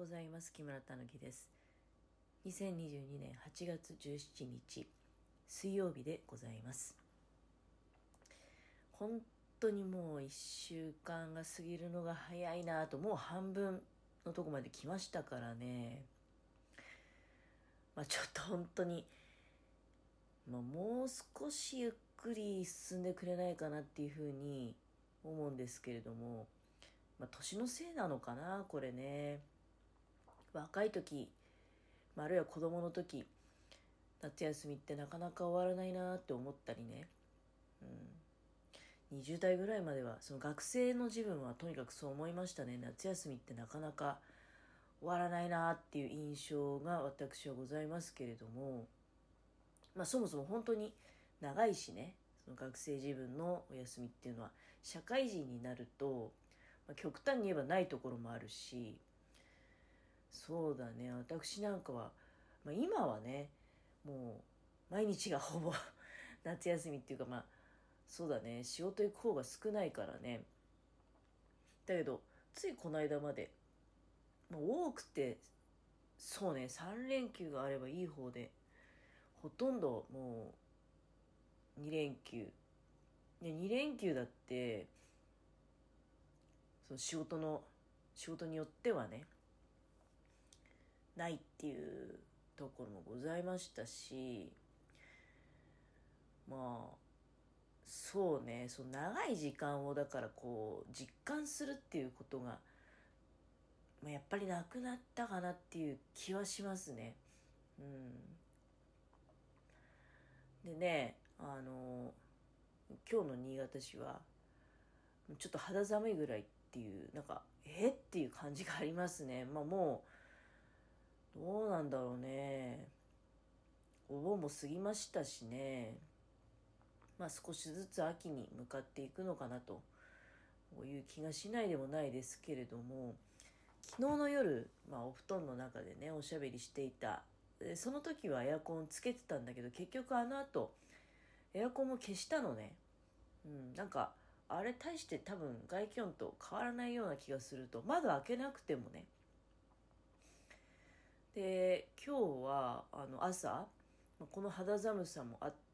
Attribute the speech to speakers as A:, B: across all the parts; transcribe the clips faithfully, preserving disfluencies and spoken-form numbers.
A: ございます。木村たぬきです。にせんにじゅうにねんはちがつじゅうしちにち水曜日でございます。本当にもういっしゅうかんが過ぎるのが早いなと、もう半分のとこまで来ましたからね。まあちょっと本当に、まあ、もう少しゆっくり進んでくれないかなっていうふうに思うんですけれども、まあ、年のせいなのかなこれね。若い時、まあ、あるいは子供の時、夏休みってなかなか終わらないなって思ったりね、うん、にじゅうだいぐらいまではその学生の自分はとにかくそう思いましたね。夏休みってなかなか終わらないなっていう印象が私はございますけれども、まあ、そもそも本当に長いしね、その学生自分のお休みっていうのは社会人になると、まあ、極端に言えばないところもあるし、そうだね、私なんかは、まあ、今はねもう毎日がほぼ夏休みっていうか、まあそうだね、仕事行く方が少ないからね。だけどついこの間まで、まあ、多くてそうねさんれんきゅうがあればいい方で、ほとんどもうにれんきゅう、ね、にれんきゅうだってその仕事の仕事によってはねないっていうところもございましたし、まあそうね、その長い時間をだからこう実感するっていうことが、まあ、やっぱりなくなったかなっていう気はしますね。うん、でね、あの今日の新潟市はちょっと肌寒いぐらいっていう、なんかえっていう感じがありますね。まあもうどうなんだろうね、お盆も過ぎましたしね、まあ少しずつ秋に向かっていくのかなという気がしないでもないですけれども、昨日の夜、まあ、お布団の中でねおしゃべりしていた。でその時はエアコンつけてたんだけど、結局あの後エアコンも消したのね。うん、なんかあれ大して多分外気温と変わらないような気がすると、窓開けなくてもね。で今日はあの朝この肌寒さもあって、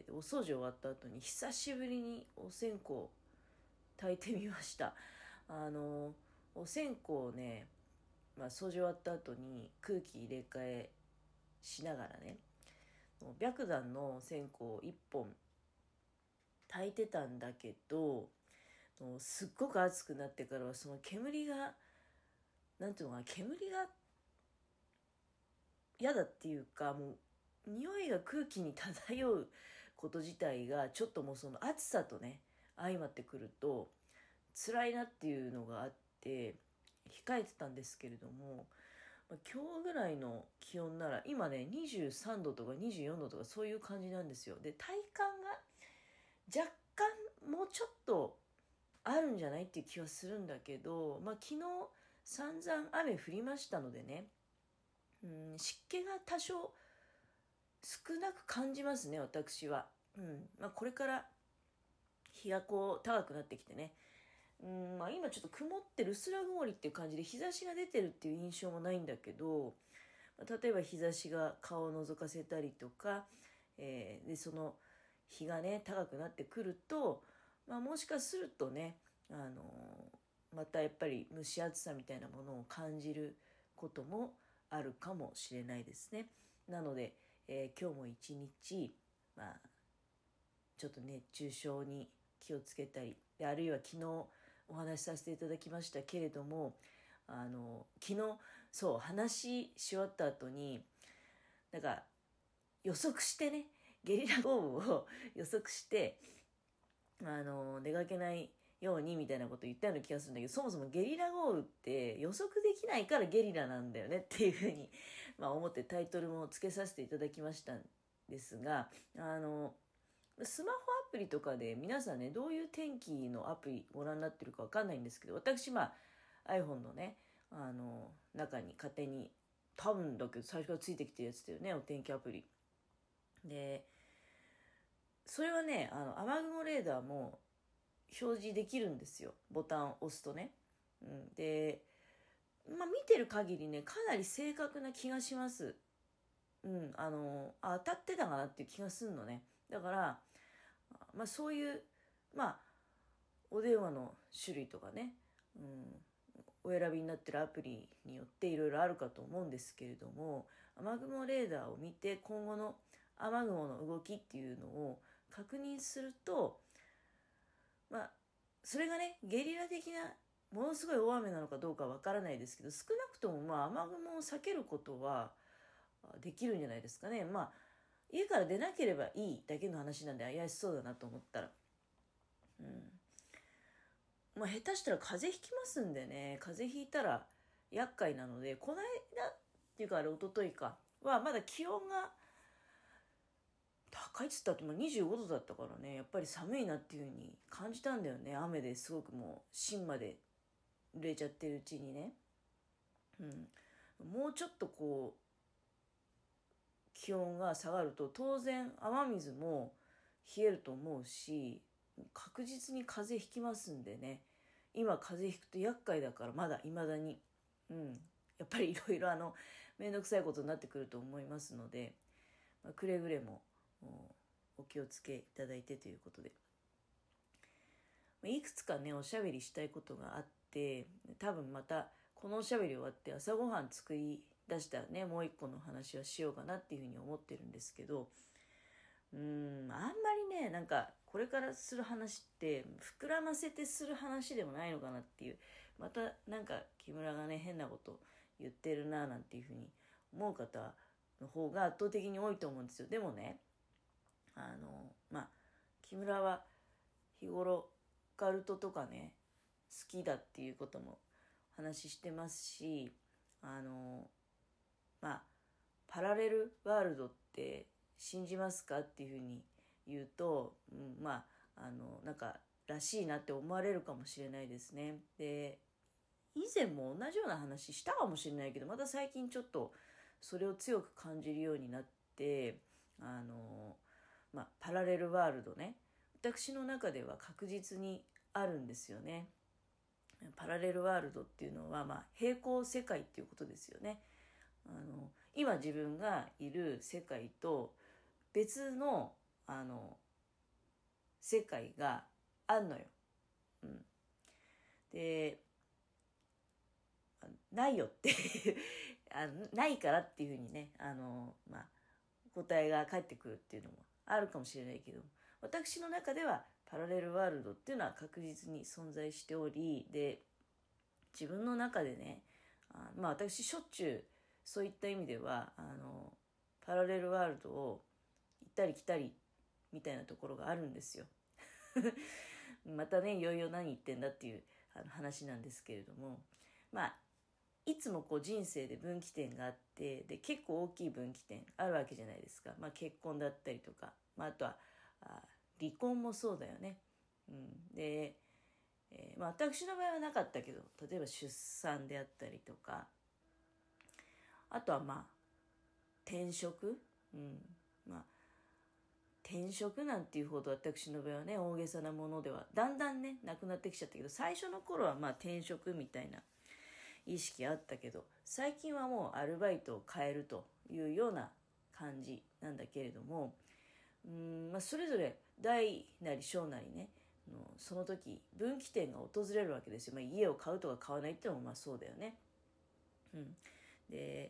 A: お掃除終わった後に久しぶりにお線香炊いてみました。あのお線香をね、まあ、掃除終わった後に空気入れ替えしながらね、白檀の線香をいっぽん炊いてたんだけど、すっごく暑くなってからはその煙が、なんていうのかな、煙が嫌だっていうか、もう匂いが空気に漂うこと自体がちょっともうその暑さとね相まってくると辛いなっていうのがあって控えてたんですけれども、まあ、今日ぐらいの気温なら今ねにじゅうさんどとかにじゅうよんどとかそういう感じなんですよ。で体感が若干もうちょっとあるんじゃないっていう気はするんだけど、まあ、昨日散々雨降りましたのでね、うん、湿気が多少少なく感じますね私は。うんまあ、これから日がこう高くなってきてね、うんまあ、今ちょっと曇ってる薄ら曇りっていう感じで日差しが出てるっていう印象もないんだけど、例えば日差しが顔を覗かせたりとか、えー、でその日がね高くなってくると、まあ、もしかするとね、あのー、またやっぱり蒸し暑さみたいなものを感じることもあるかもしれないですね。なので、えー、今日も一日、まあ、ちょっと熱中症に気をつけたり、であるいは昨日お話しさせていただきましたけれども、あの昨日そう話しし終わった後になんか予測してね、ゲリラ豪雨を予測してあの出かけないようにみたいなこと言ったような気がするんだけど、そもそもゲリラ豪雨って予測できないからゲリラなんだよねっていうふうに、まあ、思ってタイトルもつけさせていただきましたんですが、あのスマホアプリとかで皆さんねどういう天気のアプリご覧になってるかわかんないんですけど、私まあ iPhone のねあの中に勝手に多分だけど最初からついてきてるやつだよね、お天気アプリで。それはねあの雨雲レーダーも表示できるんですよ、ボタンを押すとね。うん、でまあ見てる限りね、かなり正確な気がします。うん、あのあ当たってたかなっていう気がするのね。だから、まあ、そういう、まあ、お電話の種類とかね、うん、お選びになってるアプリによっていろいろあるかと思うんですけれども、雨雲レーダーを見て今後の雨雲の動きっていうのを確認すると、まあ、それがね、ゲリラ的なものすごい大雨なのかどうかわからないですけど、少なくともまあ雨雲を避けることはできるんじゃないですかね。まあ、家から出なければいいだけの話なんで怪しそうだなと思ったら。うん。まあ、下手したら風邪ひきますんでね、風邪ひいたら厄介なので、この間っていうかあれ、一昨日か、はまだ気温が高いっつったってもにじゅうごどだったからね、やっぱり寒いなっていう風に感じたんだよね。雨ですごくもう芯まで濡れちゃってるうちにね。うん。もうちょっとこう、気温が下がると当然雨水も冷えると思うし、確実に風邪ひきますんでね。今風邪ひくと厄介だから、まだ未だに、うん、やっぱりいろいろあの面倒くさいことになってくると思いますので、まあ、くれぐれもお気をつけいただいてということで、いくつかねおしゃべりしたいことがあって、多分またこのおしゃべり終わって朝ごはん作り出したらね、もう一個の話はしようかなっていうふうに思ってるんですけど、うーんあんまりね、なんかこれからする話って膨らませてする話でもないのかなっていう、またなんか木村がね変なこと言ってるななんていうふうに思う方の方が圧倒的に多いと思うんですよ。でもね、あのまあ木村は日頃オカルトとかね好きだっていうことも話してますし、あのまあパラレルワールドって信じますかっていうふうに言うと、うん、まああのなんからしいなって思われるかもしれないですね。で、以前も同じような話したかもしれないけど、また最近ちょっとそれを強く感じるようになって、あのまあパラレルワールドね、私の中では確実にあるんですよね。パラレルワールドっていうのは、まあ、平行世界っていうことですよね。あの今自分がいる世界と別のあの世界があんのよ。うん、で、ないよってあのないからっていうふうにね、あの、まあ、答えが返ってくるっていうのもあるかもしれないけど、私の中ではパラレルワールドっていうのは確実に存在しており、で自分の中でね、あまあ私しょっちゅうそういった意味ではあのパラレルワールドを行ったり来たりみたいなところがあるんですよまたね、いよいよ何言ってんだっていうあの話なんですけれども、まあいつもこう人生で分岐点があって、で結構大きい分岐点あるわけじゃないですか。まあ、結婚だったりとか、まあ、あとはあ離婚もそうだよね。うん、で、えーまあ、私の場合はなかったけど、例えば出産であったりとか、あとはまあ転職、うん、まあ転職なんていうほど私の場合はね大げさなものではだんだんねなくなってきちゃったけど、最初の頃はまあ転職みたいな意識あったけど、最近はもうアルバイトを変えるというような感じなんだけれども、うーん、まあ、それぞれ大なり小なりね、その時分岐点が訪れるわけですよ。まあ、家を買うとか買わないっていうのもまあそうだよね。うん、で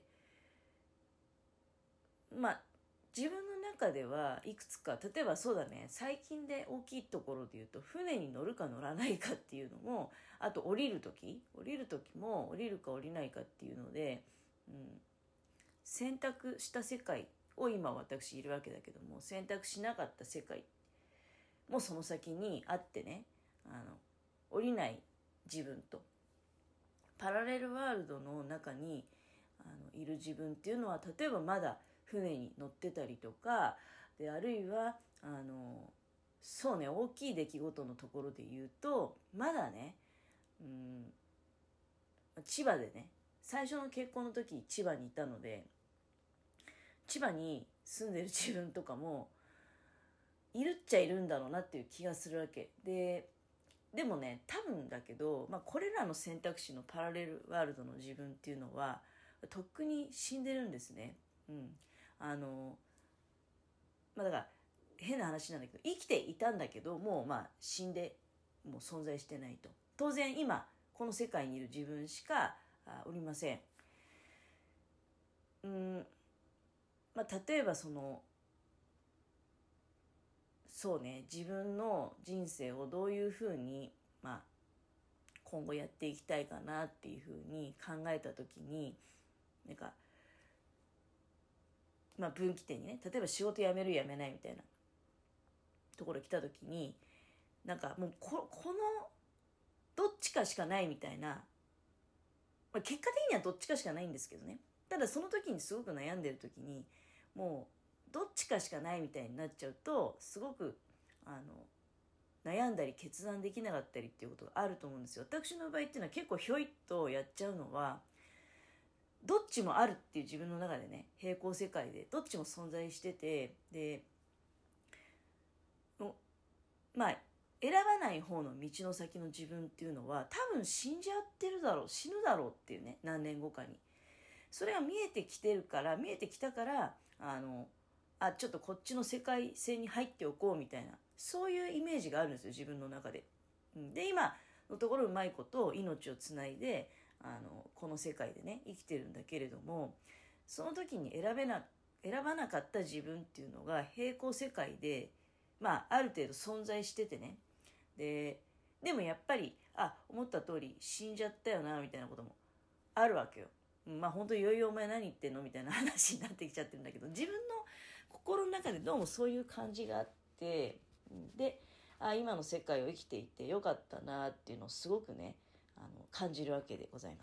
A: まあ自分の中ではいくつか、例えばそうだね、最近で大きいところで言うと船に乗るか乗らないかっていうのも、あと降りる時降りる時も降りるか降りないかっていうので、うん、選択した世界を今私いるわけだけども、選択しなかった世界もその先にあってね、あの降りない自分とパラレルワールドの中にあのいる自分っていうのは、例えばまだ船に乗ってたりとかで、あるいはあのそうね、大きい出来事のところで言うと、まだね、うん、千葉でね、最初の結婚の時千葉にいたので、千葉に住んでる自分とかもいるっちゃいるんだろうなっていう気がするわけで、 でもね、多分だけど、まあ、これらの選択肢のパラレルワールドの自分っていうのはとっくに死んでるんですね。うん、あのまあだから変な話なんだけど、生きていたんだけどもうまあ死んでもう存在してないと。当然今この世界にいる自分しかおりません。うん、まあ、例えばそのそうね、自分の人生をどういうふうに、まあ、今後やっていきたいかなっていうふうに考えた時に、なんか、まあ、分岐点にね、例えば仕事辞める辞めないみたいなところ来た時に、なんかもうここのどっちかしかないみたいな、まあ、結果的にはどっちかしかないんですけどね。ただその時にすごく悩んでる時にもうどっちかしかないみたいになっちゃうと、すごくあの悩んだり決断できなかったりっていうことがあると思うんですよ。私の場合っていうのは結構ひょいっとやっちゃうのは、どっちもあるっていう自分の中でね、平行世界でどっちも存在してて、でまあ選ばない方の道の先の自分っていうのは多分死んじゃってるだろう、死ぬだろうっていうね、何年後かにそれが見えてきてるから、見えてきたからあのあちょっとこっちの世界線に入っておこうみたいな、そういうイメージがあるんですよ、自分の中で。で今のところうまいこと命をつないであのこの世界でね生きてるんだけれども、その時に選べな選ばなかった自分っていうのが平行世界で、まあ、ある程度存在しててね、ででもやっぱりあ思った通り死んじゃったよなみたいなこともあるわけよ。まあ本当にいよいよお前何言ってんのみたいな話になってきちゃってるんだけど、自分の心の中でどうもそういう感じがあって、であ今の世界を生きていてよかったなっていうのをすごくねあの感じるわけでございます。